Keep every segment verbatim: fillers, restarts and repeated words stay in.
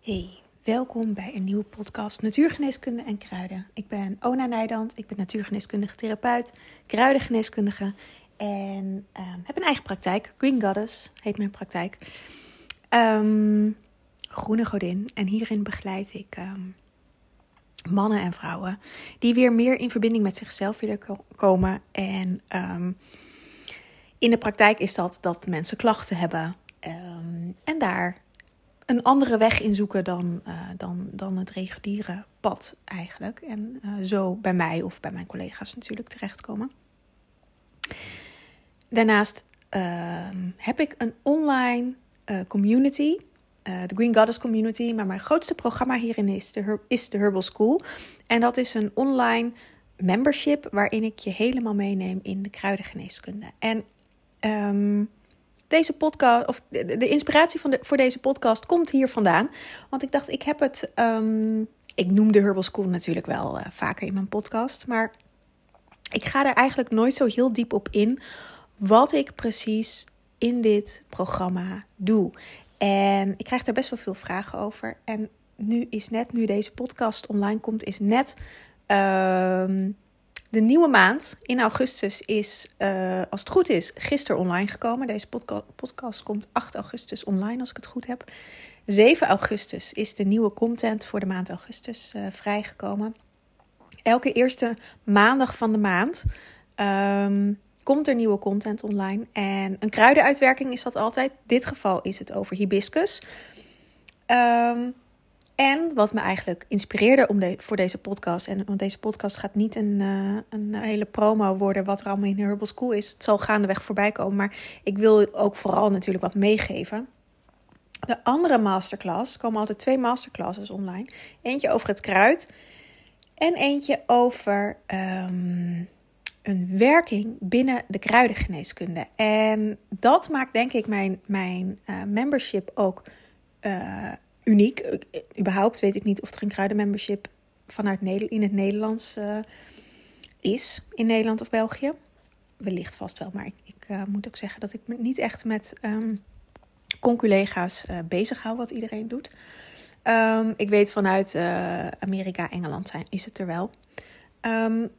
Hey, welkom bij een nieuwe podcast Natuurgeneeskunde en Kruiden. Ik ben Ona Nijdant, ik ben natuurgeneeskundige therapeut, kruidengeneeskundige en um, heb een eigen praktijk. Green Goddess heet mijn praktijk. Um, groene godin. En hierin begeleid ik um, mannen en vrouwen die weer meer in verbinding met zichzelf willen ko- komen. En um, in de praktijk is dat dat mensen klachten hebben um, en daar een andere weg in zoeken dan, uh, dan, dan het reguliere pad eigenlijk. En uh, zo bij mij of bij mijn collega's natuurlijk terechtkomen. Daarnaast uh, heb ik een online uh, community, uh, de Green Goddess Community. Maar mijn grootste programma hierin is de, Her- is de Herbal School. En dat is een online membership waarin ik je helemaal meeneem in de kruidengeneeskunde. En Um, Deze podcast, of de, de inspiratie van de, voor deze podcast komt hier vandaan. Want ik dacht, ik heb het... Um, ik noem de Herbal School natuurlijk wel uh, vaker in mijn podcast. Maar ik ga er eigenlijk nooit zo heel diep op in wat ik precies in dit programma doe. En ik krijg daar best wel veel vragen over. En nu is net, nu deze podcast online komt, is net... Um, De nieuwe maand in augustus is, uh, als het goed is, gisteren online gekomen. Deze podca- podcast komt acht augustus online, als ik het goed heb. zeven augustus is de nieuwe content voor de maand augustus uh, vrijgekomen. Elke eerste maandag van de maand um, komt er nieuwe content online. En een kruidenuitwerking is dat altijd. In dit geval is het over hibiscus. Um, En wat me eigenlijk inspireerde om de, voor deze podcast... en want deze podcast gaat niet een, uh, een hele promo worden... wat er allemaal in de Herbal School is. Het zal gaandeweg voorbij komen. Maar ik wil ook vooral natuurlijk wat meegeven. De andere masterclass... er komen altijd twee masterclasses online. Eentje over het kruid. En eentje over um, een werking binnen de kruidengeneeskunde. En dat maakt denk ik mijn, mijn uh, membership ook... Uh, uniek. Überhaupt weet ik niet of er een kruidenmembership vanuit Nederland, in het Nederlands uh, is. In Nederland of België. Wellicht vast wel, maar ik, ik uh, moet ook zeggen dat ik me niet echt met um, conculega's uh, bezig hou wat iedereen doet. Um, ik weet vanuit uh, Amerika, Engeland zijn, is het er wel. Um,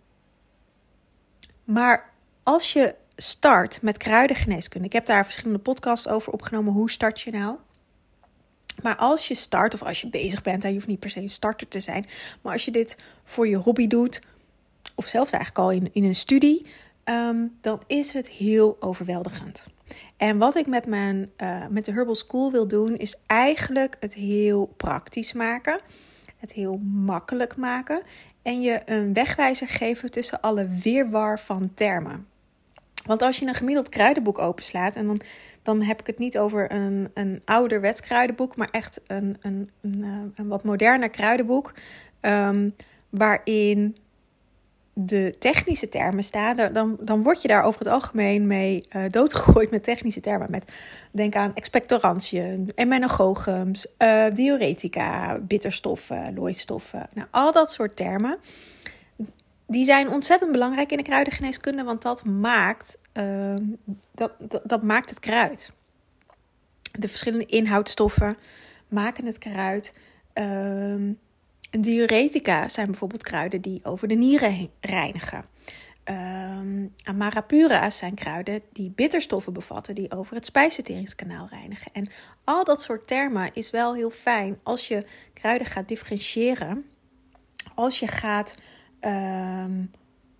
maar als je start met kruidengeneeskunde. Ik heb daar verschillende podcasts over opgenomen. Hoe start je nou? Maar als je start, of als je bezig bent, je hoeft niet per se een starter te zijn. Maar als je dit voor je hobby doet, of zelfs eigenlijk al in, in een studie, um, dan is het heel overweldigend. En wat ik met, mijn, uh, met de Herbal School wil doen, is eigenlijk het heel praktisch maken. Het heel makkelijk maken. En je een wegwijzer geven tussen alle wirwar van termen. Want als je een gemiddeld kruidenboek openslaat, en dan... Dan heb ik het niet over een, een ouderwets kruidenboek, maar echt een, een, een, een wat moderner kruidenboek. Um, waarin de technische termen staan. Dan, dan word je daar over het algemeen mee uh, doodgegooid met technische termen. Met, denk aan expectorantium, emmenagochums, uh, diuretica, bitterstoffen, looistoffen. Nou, al dat soort termen. Die zijn ontzettend belangrijk in de kruidengeneeskunde, want dat maakt, uh, dat, dat, dat maakt het kruid. De verschillende inhoudstoffen maken het kruid. Uh, diuretica zijn bijvoorbeeld kruiden die over de nieren heen reinigen. Uh, Amara pura zijn kruiden die bitterstoffen bevatten die over het spijsverteringskanaal reinigen. En al dat soort termen is wel heel fijn als je kruiden gaat differentiëren. Als je gaat... Um,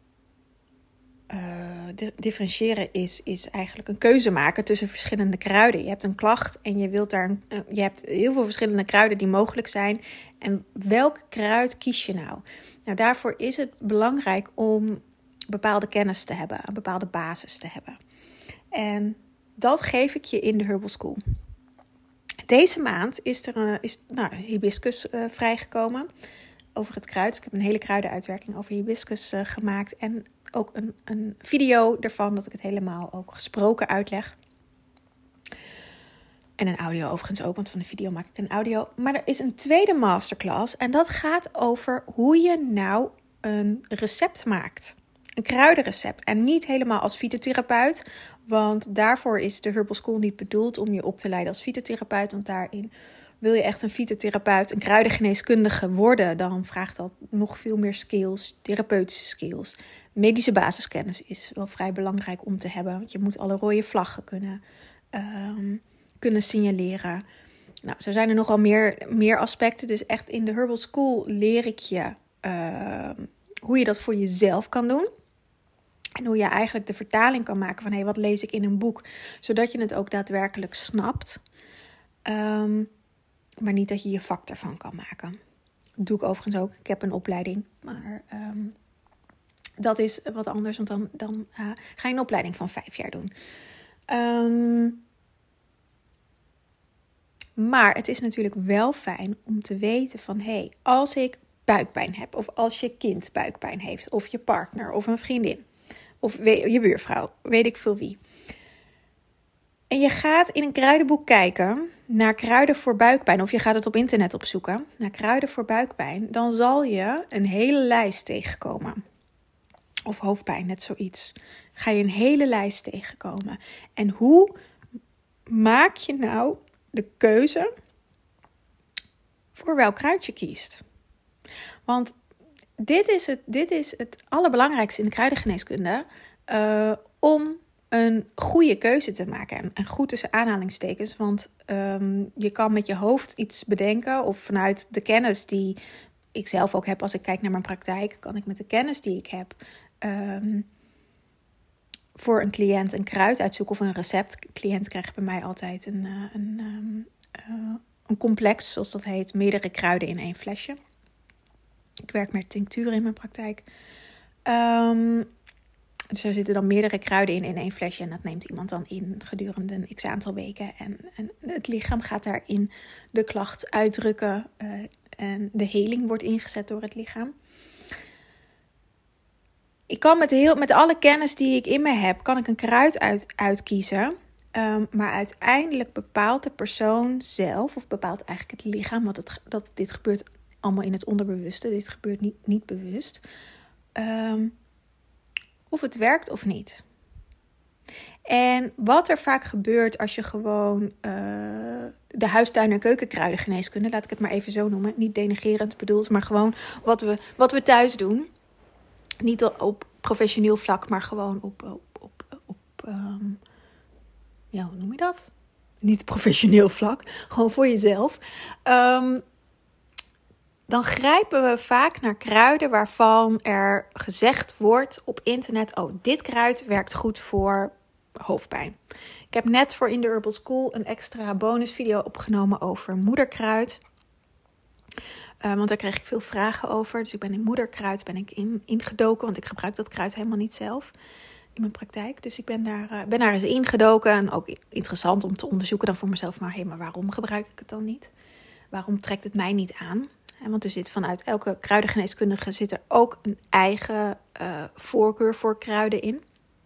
uh, di- differentiëren is, is eigenlijk een keuze maken tussen verschillende kruiden. Je hebt een klacht en je wilt daar een, uh, je hebt heel veel verschillende kruiden die mogelijk zijn. En welk kruid kies je nou? Nou, daarvoor is het belangrijk om bepaalde kennis te hebben, een bepaalde basis te hebben. En dat geef ik je in de Herbal School. Deze maand is er uh, is, nou, hibiscus uh, vrijgekomen. Over het kruid. Ik heb een hele kruidenuitwerking over hibiscus uh, gemaakt. En ook een, een video ervan dat ik het helemaal ook gesproken uitleg. En een audio overigens ook, want van de video maak ik een audio. Maar er is een tweede masterclass en dat gaat over hoe je nou een recept maakt. Een kruidenrecept. En niet helemaal als fytotherapeut. Want daarvoor is de Herbal School niet bedoeld om je op te leiden als fytotherapeut. Want daarin Wil je echt een fytotherapeut, een kruidengeneeskundige worden, dan vraagt dat nog veel meer skills, therapeutische skills. Medische basiskennis is wel vrij belangrijk om te hebben, want je moet alle rode vlaggen kunnen, um, kunnen signaleren. Nou, zo zijn er nogal meer, meer aspecten. Dus echt in de Herbal School leer ik je uh, hoe je dat voor jezelf kan doen. En hoe je eigenlijk de vertaling kan maken van, hé, hey, wat lees ik in een boek? Zodat je het ook daadwerkelijk snapt. Um, maar niet dat je je vak ervan kan maken. Dat doe ik overigens ook. Ik heb een opleiding. Maar um, dat is wat anders. Want dan, dan uh, ga je een opleiding van vijf jaar doen. Um, maar het is natuurlijk wel fijn om te weten van, hé, hey, als ik buikpijn heb. Of als je kind buikpijn heeft. Of je partner of een vriendin. Of je buurvrouw, weet ik veel wie. En je gaat in een kruidenboek kijken naar kruiden voor buikpijn. Of je gaat het op internet opzoeken naar kruiden voor buikpijn. Dan zal je een hele lijst tegenkomen. Of hoofdpijn, net zoiets. Ga je een hele lijst tegenkomen. En hoe maak je nou de keuze voor welk kruid je kiest? Want Dit is, het, dit is het allerbelangrijkste in de kruidengeneeskunde. Uh, om een goede keuze te maken. En, en goed tussen aanhalingstekens. Want um, je kan met je hoofd iets bedenken. Of vanuit de kennis die ik zelf ook heb. Als ik kijk naar mijn praktijk. Kan ik met de kennis die ik heb. Um, voor een cliënt een kruid uitzoeken. Of een recept. De cliënt krijgt bij mij altijd een, uh, een, um, uh, een complex. Zoals dat heet. Meerdere kruiden in één flesje. Ik werk met tincturen in mijn praktijk. Um, dus er zitten dan meerdere kruiden in in één flesje. En dat neemt iemand dan in gedurende een x-aantal weken. En, en het lichaam gaat daarin de klacht uitdrukken. Uh, en de heling wordt ingezet door het lichaam. Ik kan met, heel, met alle kennis die ik in me heb, kan ik een kruid uit, uitkiezen. Um, maar uiteindelijk bepaalt de persoon zelf, of bepaalt eigenlijk het lichaam, want het, dat dit gebeurt allemaal in het onderbewuste. Dit gebeurt niet, niet bewust. Um, of het werkt of niet. En wat er vaak gebeurt als je gewoon uh, de huistuin- en keukenkruidengeneeskunde, laat ik het maar even zo noemen, niet denigrerend bedoeld, maar gewoon wat we, wat we thuis doen. Niet op professioneel vlak, maar gewoon op, op, op, op um, ja, hoe noem je dat? Niet professioneel vlak, gewoon voor jezelf. Um, Dan grijpen we vaak naar kruiden waarvan er gezegd wordt op internet, oh, dit kruid werkt goed voor hoofdpijn. Ik heb net voor In The Herbal School een extra bonusvideo opgenomen over moederkruid. Uh, want daar kreeg ik veel vragen over. Dus ik ben in moederkruid ben ik in, ingedoken, want ik gebruik dat kruid helemaal niet zelf in mijn praktijk. Dus ik ben daar, uh, ben daar eens ingedoken. En ook interessant om te onderzoeken dan voor mezelf, maar, hey, maar waarom gebruik ik het dan niet? Waarom trekt het mij niet aan? Want er zit vanuit elke kruidengeneeskundige zit er ook een eigen uh, voorkeur voor kruiden in.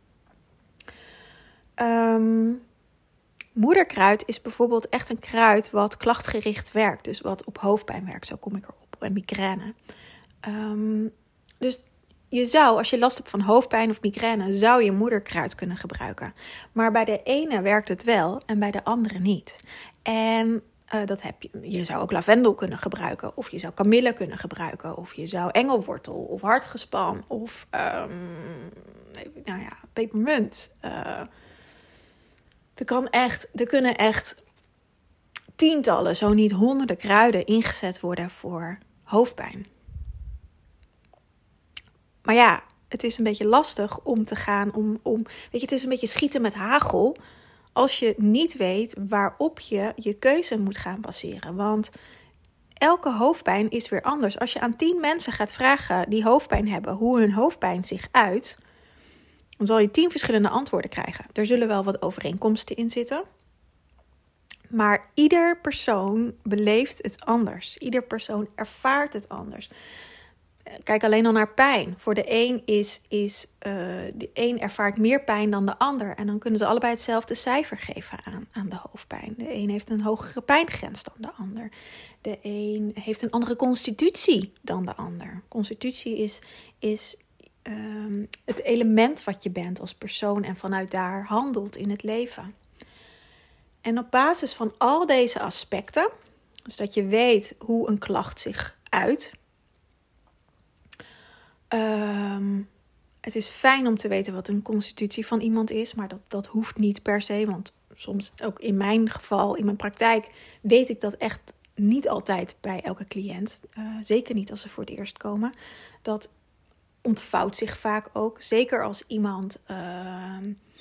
Um, moederkruid is bijvoorbeeld echt een kruid wat klachtgericht werkt. Dus wat op hoofdpijn werkt, zo kom ik erop. En migraine. Um, dus je zou, als je last hebt van hoofdpijn of migraine, zou je moederkruid kunnen gebruiken. Maar bij de ene werkt het wel en bij de andere niet. En Uh, dat heb je. Je zou ook lavendel kunnen gebruiken. Of je zou kamille kunnen gebruiken. Of je zou engelwortel. Of hartgespan. Of um, nou ja, pepermunt. Uh, er, kan echt, er kunnen echt tientallen, zo niet honderden kruiden ingezet worden voor hoofdpijn. Maar ja, het is een beetje lastig om te gaan. Om, om, weet je, het is een beetje schieten met hagel. Als je niet weet waarop je je keuze moet gaan baseren. Want elke hoofdpijn is weer anders. Als je aan tien mensen gaat vragen die hoofdpijn hebben, hoe hun hoofdpijn zich uit, dan zal je tien verschillende antwoorden krijgen. Er zullen wel wat overeenkomsten in zitten. Maar ieder persoon beleeft het anders. Ieder persoon ervaart het anders. Kijk alleen al naar pijn. Voor de een is, is uh, de een ervaart meer pijn dan de ander. En dan kunnen ze allebei hetzelfde cijfer geven aan, aan de hoofdpijn. De een heeft een hogere pijngrens dan de ander. De een heeft een andere constitutie dan de ander. Constitutie is, is um, het element wat je bent als persoon en vanuit daar handelt in het leven. En op basis van al deze aspecten Dus dat je weet hoe een klacht zich uit. Um, het is fijn om te weten wat een constitutie van iemand is, maar dat, dat hoeft niet per se. Want soms, ook in mijn geval, in mijn praktijk, weet ik dat echt niet altijd bij elke cliënt. Uh, zeker niet als ze voor het eerst komen. Dat ontvouwt zich vaak ook. Zeker als iemand... Uh,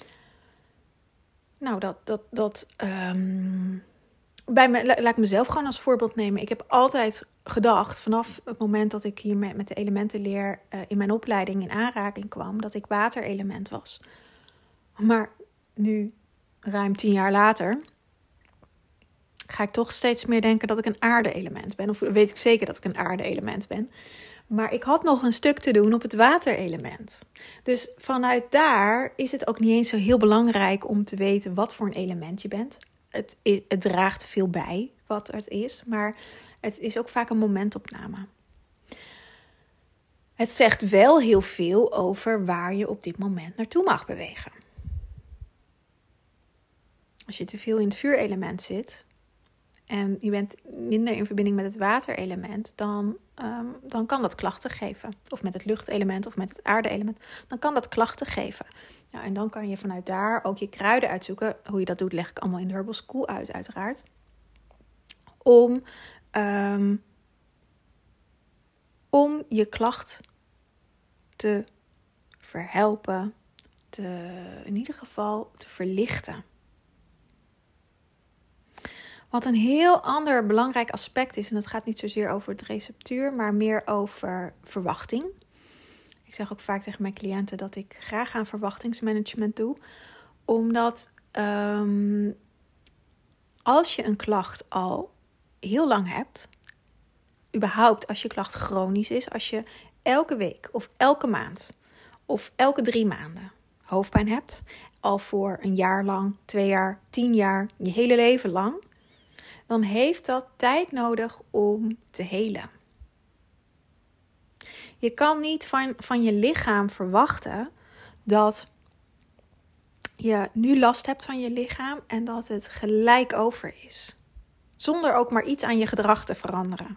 nou, dat... dat, dat um, bij me, laat ik mezelf gewoon als voorbeeld nemen. Ik heb altijd gedacht, vanaf het moment dat ik hier met, met de elementenleer uh, in mijn opleiding in aanraking kwam, dat ik waterelement was. Maar nu, ruim tien jaar later, ga ik toch steeds meer denken dat ik een aarde-element ben. Of weet ik zeker dat ik een aarde-element ben. Maar ik had nog een stuk te doen op het waterelement. Dus vanuit daar is het ook niet eens zo heel belangrijk om te weten wat voor een element je bent. Het, het draagt veel bij wat het is, maar het is ook vaak een momentopname. Het zegt wel heel veel over waar je op dit moment naartoe mag bewegen. Als je te veel in het vuurelement zit en je bent minder in verbinding met het waterelement, dan, um, dan kan dat klachten geven. Of met het luchtelement of met het aardeelement. Dan kan dat klachten geven. Nou, en dan kan je vanuit daar ook je kruiden uitzoeken. Hoe je dat doet, leg ik allemaal in de Herbal School uit, uiteraard. Om, um, om je klacht te verhelpen, te, in ieder geval te verlichten. Wat een heel ander belangrijk aspect is, en dat gaat niet zozeer over het receptuur, maar meer over verwachting. Ik zeg ook vaak tegen mijn cliënten dat ik graag aan verwachtingsmanagement doe, omdat um, als je een klacht al heel lang hebt, überhaupt als je klacht chronisch is, als je elke week of elke maand of elke drie maanden hoofdpijn hebt, al voor een jaar lang, twee jaar, tien jaar, je hele leven lang, dan heeft dat tijd nodig om te helen. Je kan niet van, van je lichaam verwachten dat je nu last hebt van je lichaam en dat het gelijk over is. Zonder ook maar iets aan je gedrag te veranderen.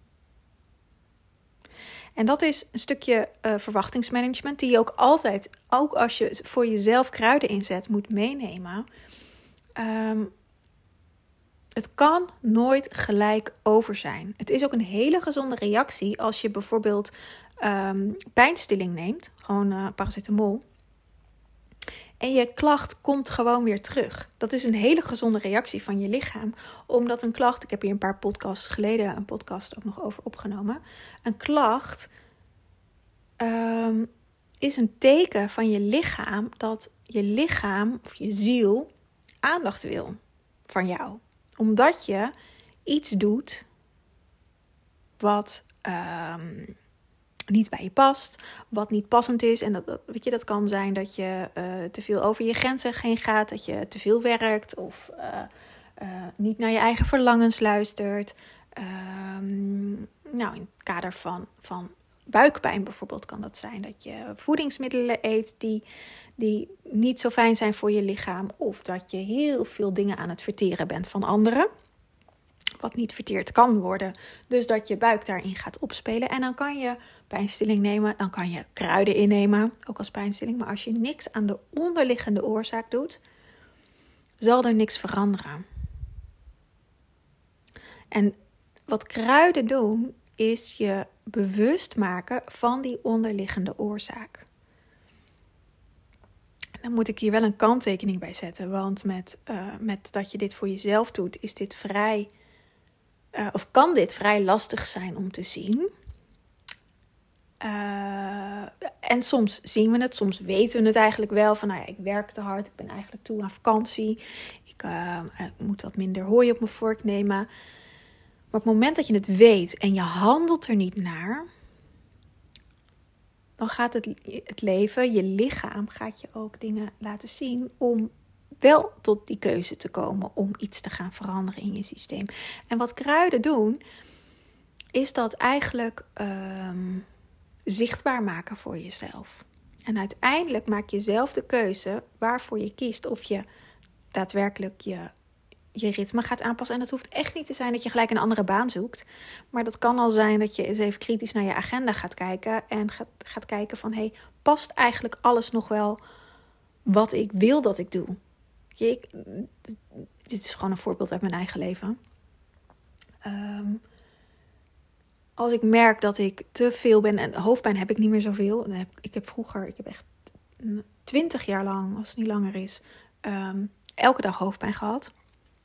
En dat is een stukje uh, verwachtingsmanagement die je ook altijd, ook als je voor jezelf kruiden inzet, moet meenemen. Um, Het kan nooit gelijk over zijn. Het is ook een hele gezonde reactie als je bijvoorbeeld um, pijnstilling neemt, gewoon uh, paracetamol, en je klacht komt gewoon weer terug. Dat is een hele gezonde reactie van je lichaam, omdat een klacht, ik heb hier een paar podcasts geleden een podcast ook nog over opgenomen, een klacht um, is een teken van je lichaam dat je lichaam of je ziel aandacht wil van jou. Omdat je iets doet wat um, niet bij je past, wat niet passend is. En dat, dat, weet je, dat kan zijn dat je uh, te veel over je grenzen heen gaat, dat je te veel werkt of uh, uh, niet naar je eigen verlangens luistert. Um, nou, in het kader van, van buikpijn bijvoorbeeld kan dat zijn dat je voedingsmiddelen eet die, die niet zo fijn zijn voor je lichaam. Of dat je heel veel dingen aan het verteren bent van anderen. Wat niet verteerd kan worden. Dus dat je buik daarin gaat opspelen. En dan kan je pijnstilling nemen. Dan kan je kruiden innemen. Ook als pijnstilling. Maar als je niks aan de onderliggende oorzaak doet, zal er niks veranderen. En wat kruiden doen, is je bewust maken van die onderliggende oorzaak. Dan moet ik hier wel een kanttekening bij zetten. Want met, uh, met dat je dit voor jezelf doet, is dit vrij, uh, of kan dit vrij lastig zijn om te zien. Uh, en soms zien we het, soms weten we het eigenlijk wel. Van nou ja, ik werk te hard, ik ben eigenlijk toe aan vakantie. Ik uh, moet wat minder hooi op mijn vork nemen. Maar op het moment dat je het weet en je handelt er niet naar, dan gaat het, het leven, je lichaam, gaat je ook dingen laten zien om wel tot die keuze te komen om iets te gaan veranderen in je systeem. En wat kruiden doen, is dat eigenlijk um, zichtbaar maken voor jezelf. En uiteindelijk maak je zelf de keuze waarvoor je kiest. Of je daadwerkelijk je je ritme gaat aanpassen. En dat hoeft echt niet te zijn dat je gelijk een andere baan zoekt. Maar dat kan al zijn dat je eens even kritisch naar je agenda gaat kijken. En gaat, gaat kijken van, hey, past eigenlijk alles nog wel wat ik wil dat ik doe? Je, ik, dit is gewoon een voorbeeld uit mijn eigen leven. Um, als ik merk dat ik te veel ben, en hoofdpijn heb ik niet meer zoveel. Ik heb vroeger, ik heb echt twintig jaar lang, als het niet langer is, um, elke dag hoofdpijn gehad.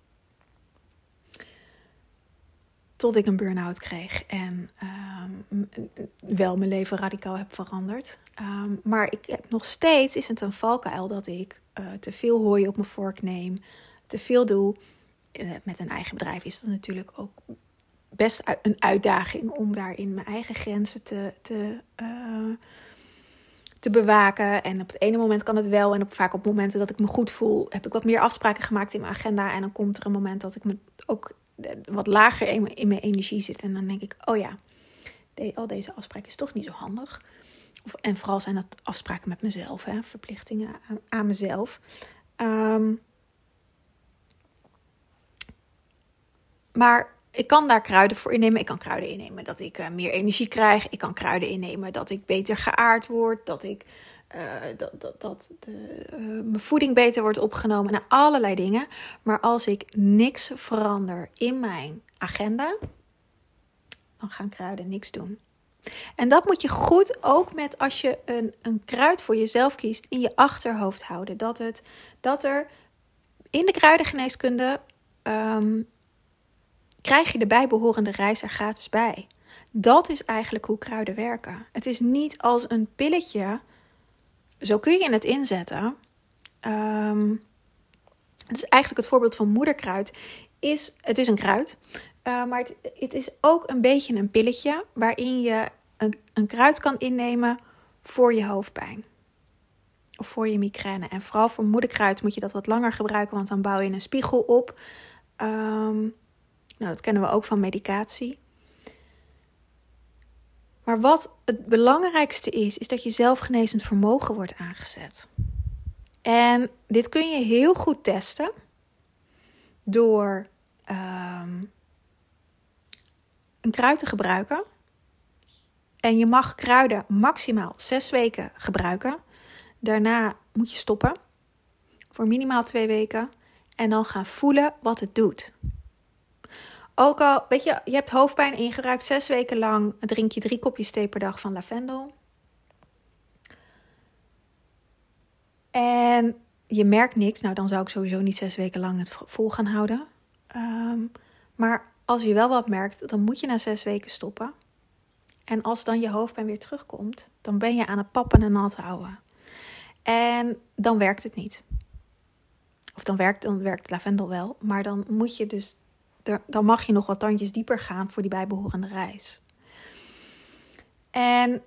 Tot ik een burn-out kreeg en um, wel mijn leven radicaal heb veranderd. Um, maar ik heb nog steeds is het een valkuil dat ik uh, te veel hooi op mijn vork neem, te veel doe. Uh, met een eigen bedrijf is dat natuurlijk ook best een uitdaging om daarin mijn eigen grenzen te, te, uh, te bewaken. En op het ene moment kan het wel. En op, vaak op momenten dat ik me goed voel, heb ik wat meer afspraken gemaakt in mijn agenda. En dan komt er een moment dat ik me ook wat lager in mijn, in mijn energie zit. En dan denk ik, oh ja, de, al deze afspraken is toch niet zo handig. Of, en vooral zijn dat afspraken met mezelf, hè, verplichtingen aan, aan mezelf. Um, maar ik kan daar kruiden voor innemen. Ik kan kruiden innemen dat ik uh, meer energie krijg. Ik kan kruiden innemen dat ik beter geaard word. Dat ik uh, dat, dat, dat de, uh, mijn voeding beter wordt opgenomen. Nou, allerlei dingen. Maar als ik niks verander in mijn agenda, dan gaan kruiden niks doen. En dat moet je goed ook met als je een, een kruid voor jezelf kiest in je achterhoofd houden. Dat, het, dat er in de kruidengeneeskunde Um, krijg je de bijbehorende reis er gratis bij. Dat is eigenlijk hoe kruiden werken. Het is niet als een pilletje. Zo kun je het inzetten. Um, het is eigenlijk het voorbeeld van moederkruid. Is, het is een kruid. Uh, maar het, het is ook een beetje een pilletje. Waarin je een, een kruid kan innemen voor je hoofdpijn. Of voor je migraine. En vooral voor moederkruid moet je dat wat langer gebruiken. Want dan bouw je een spiegel op. Um, Nou, dat kennen we ook van medicatie. Maar wat het belangrijkste is, is dat je zelfgenezend vermogen wordt aangezet. En dit kun je heel goed testen door um, een kruid te gebruiken. En je mag kruiden maximaal zes weken gebruiken. Daarna moet je stoppen voor minimaal twee weken. En dan gaan voelen wat het doet. Ook al, weet je, je hebt hoofdpijn en je gebruikt zes weken lang, drink je drie kopjes thee per dag van lavendel. En je merkt niks, nou dan zou ik sowieso niet zes weken lang het vol gaan houden. Um, maar als je wel wat merkt, dan moet je na zes weken stoppen. En als dan je hoofdpijn weer terugkomt, dan ben je aan het pappen en nat houden. En dan werkt het niet. Of dan werkt, dan werkt lavendel wel, maar dan moet je dus... Dan mag je nog wat tandjes dieper gaan voor die bijbehorende reis. En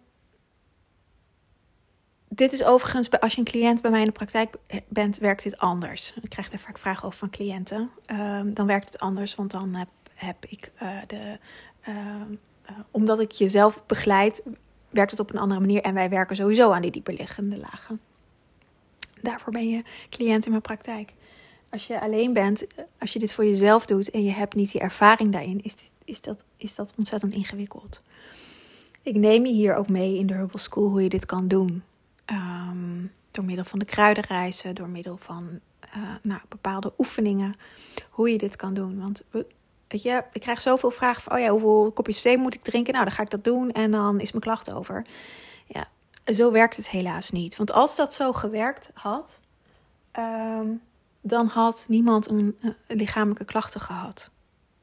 dit is overigens, als je een cliënt bij mij in de praktijk bent, werkt dit anders. Ik krijg er vaak vragen over van cliënten. Um, dan werkt het anders, want dan heb, heb ik uh, de... Uh, uh, omdat ik jezelf begeleid, werkt het op een andere manier. En wij werken sowieso aan die dieperliggende lagen. Daarvoor ben je cliënt in mijn praktijk. Als je alleen bent, als je dit voor jezelf doet en je hebt niet die ervaring daarin, is, dit, is, dat, is dat ontzettend ingewikkeld. Ik neem je hier ook mee in de Herbal School hoe je dit kan doen. Um, door middel van de kruidenreizen, door middel van uh, nou, bepaalde oefeningen, hoe je dit kan doen. Want weet je, ik krijg zoveel vragen van, oh ja, hoeveel kopjes thee moet ik drinken? Nou, dan ga ik dat doen en dan is mijn klacht over. Ja, zo werkt het helaas niet. Want als dat zo gewerkt had, Um, dan had niemand een, een lichamelijke klachten gehad.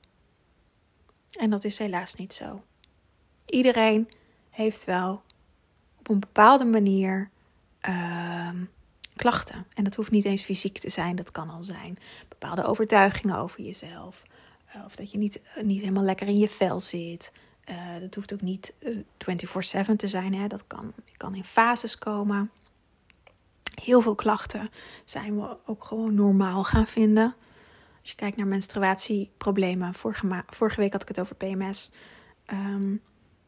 En dat is helaas niet zo. Iedereen heeft wel op een bepaalde manier uh, klachten. En dat hoeft niet eens fysiek te zijn. Dat kan al zijn bepaalde overtuigingen over jezelf. Uh, of dat je niet, uh, niet helemaal lekker in je vel zit. Uh, dat hoeft ook niet uh, vierentwintig zeven te zijn. Hè. Dat kan, kan in fases komen. Heel veel klachten zijn we ook gewoon normaal gaan vinden. Als je kijkt naar menstruatieproblemen. Vorige, ma- vorige week had ik het over P M S. Um,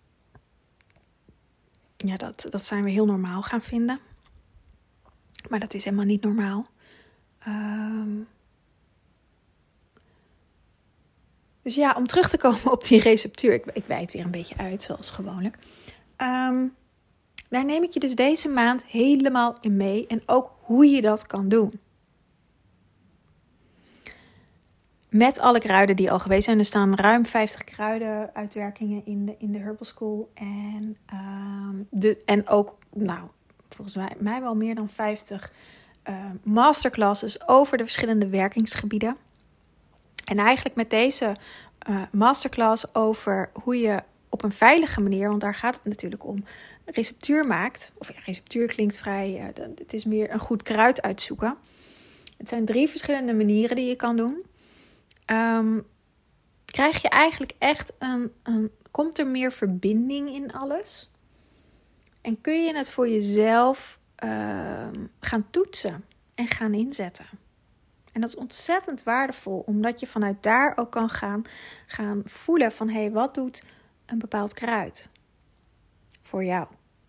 ja, dat, dat zijn we heel normaal gaan vinden. Maar dat is helemaal niet normaal. Um, Dus ja, om terug te komen op die receptuur. Ik, ik wijd weer een beetje uit, zoals gewoonlijk. Um, daar neem ik je dus deze maand helemaal in mee. En ook hoe je dat kan doen. Met alle kruiden die al geweest zijn. Er staan ruim vijftig kruidenuitwerkingen in de, in de Herbal School. En, um, de, en ook, nou, volgens mij, mij wel meer dan vijftig uh, masterclasses over de verschillende werkingsgebieden. En eigenlijk met deze uh, masterclass over hoe je op een veilige manier, want daar gaat het natuurlijk om, receptuur maakt. Of ja, receptuur klinkt vrij, uh, het is meer een goed kruid uitzoeken. Het zijn drie verschillende manieren die je kan doen. Um, krijg je eigenlijk echt een, een, komt er meer verbinding in alles? En kun je het voor jezelf uh, gaan toetsen en gaan inzetten? En dat is ontzettend waardevol, omdat je vanuit daar ook kan gaan, gaan voelen van, hé, hey, wat doet een bepaald kruid voor jou?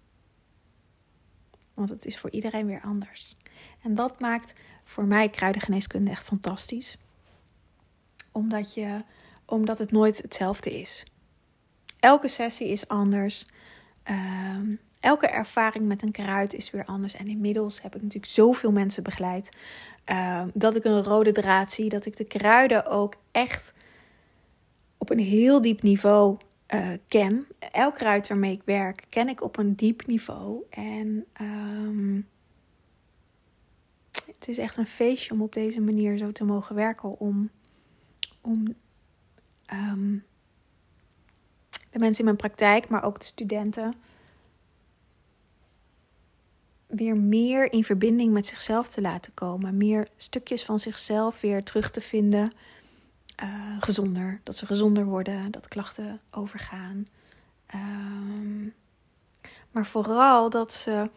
Want het is voor iedereen weer anders. En dat maakt voor mij kruidengeneeskunde echt fantastisch. Omdat, je, omdat het nooit hetzelfde is. Elke sessie is anders. Um, elke ervaring met een kruid is weer anders. En inmiddels heb ik natuurlijk zoveel mensen begeleid. Uh, dat ik een rode draad zie. Dat ik de kruiden ook echt op een heel diep niveau uh, ken. Elk kruid waarmee ik werk, ken ik op een diep niveau. En um, het is echt een feestje om op deze manier zo te mogen werken. Om, om um, de mensen in mijn praktijk, maar ook de studenten, weer meer in verbinding met zichzelf te laten komen. Meer stukjes van zichzelf weer terug te vinden. Uh, gezonder. Dat ze gezonder worden. Dat klachten overgaan. Um, maar vooral dat ze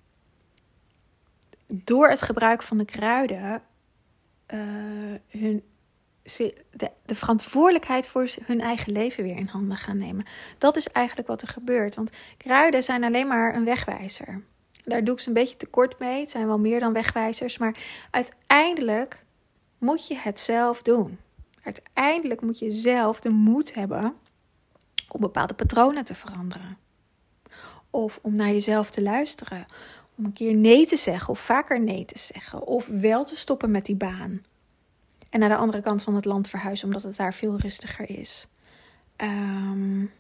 door het gebruik van de kruiden Uh, hun, de, de verantwoordelijkheid voor hun eigen leven weer in handen gaan nemen. Dat is eigenlijk wat er gebeurt. Want kruiden zijn alleen maar een wegwijzer. Daar doe ik ze een beetje tekort mee. Het zijn wel meer dan wegwijzers. Maar uiteindelijk moet je het zelf doen. Uiteindelijk moet je zelf de moed hebben om bepaalde patronen te veranderen. Of om naar jezelf te luisteren. Om een keer nee te zeggen of vaker nee te zeggen. Of wel te stoppen met die baan. En naar de andere kant van het land verhuizen, omdat het daar veel rustiger is. Um,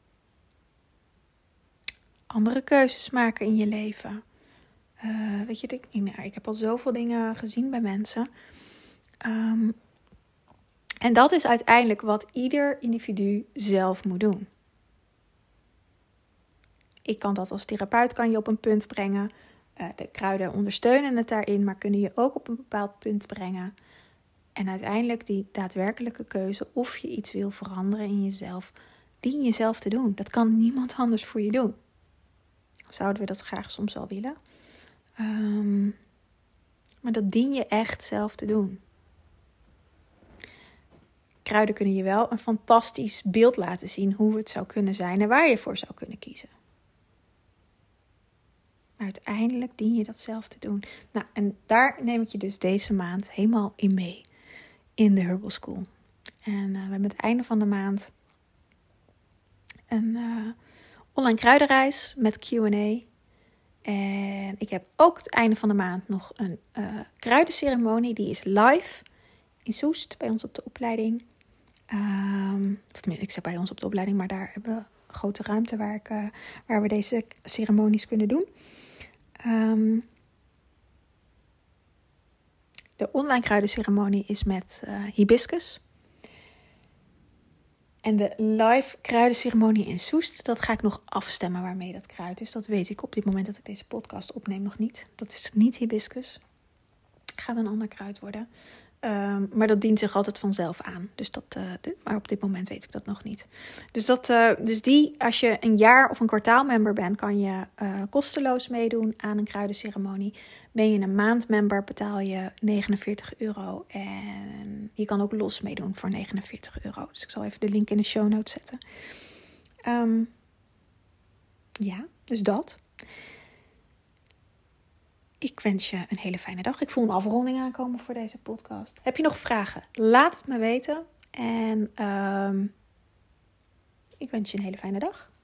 andere keuzes maken in je leven. Uh, weet je, ik, nou, ik heb al zoveel dingen gezien bij mensen. Um, en dat is uiteindelijk wat ieder individu zelf moet doen. Ik kan dat als therapeut kan je op een punt brengen. Uh, de kruiden ondersteunen het daarin, maar kunnen je ook op een bepaald punt brengen. En uiteindelijk die daadwerkelijke keuze of je iets wil veranderen in jezelf, dien je zelf te doen. Dat kan niemand anders voor je doen. Zouden we dat graag soms wel willen. Um, maar dat dien je echt zelf te doen. Kruiden kunnen je wel een fantastisch beeld laten zien hoe het zou kunnen zijn en waar je voor zou kunnen kiezen. Maar uiteindelijk dien je dat zelf te doen. Nou, en daar neem ik je dus deze maand helemaal in mee. In de Herbal School. En uh, we hebben het einde van de maand een uh, online kruidenreis met Q en A. En ik heb ook het einde van de maand nog een uh, kruidenceremonie. Die is live in Soest bij ons op de opleiding. Um, of tenminste, ik zeg bij ons op de opleiding, maar daar hebben we een grote ruimte waar, ik, uh, waar we deze ceremonies kunnen doen. Um, de online kruidenceremonie is met uh, hibiscus. En de live kruidenceremonie in Soest, dat ga ik nog afstemmen waarmee dat kruid is. Dat weet ik op dit moment dat ik deze podcast opneem nog niet. Dat is niet hibiscus. Gaat een ander kruid worden. Um, maar dat dient zich altijd vanzelf aan. Dus dat, uh, de, maar op dit moment weet ik dat nog niet. Dus, dat, uh, dus die, als je een jaar of een kwartaalmember bent, kan je uh, kosteloos meedoen aan een kruidenceremonie. Ben je een maandmember, betaal je negenenveertig euro. En je kan ook los meedoen voor negenenveertig euro. Dus ik zal even de link in de show notes zetten. Um, ja, dus dat. Ik wens je een hele fijne dag. Ik voel een afronding aankomen voor deze podcast. Heb je nog vragen? Laat het me weten. En um, ik wens je een hele fijne dag.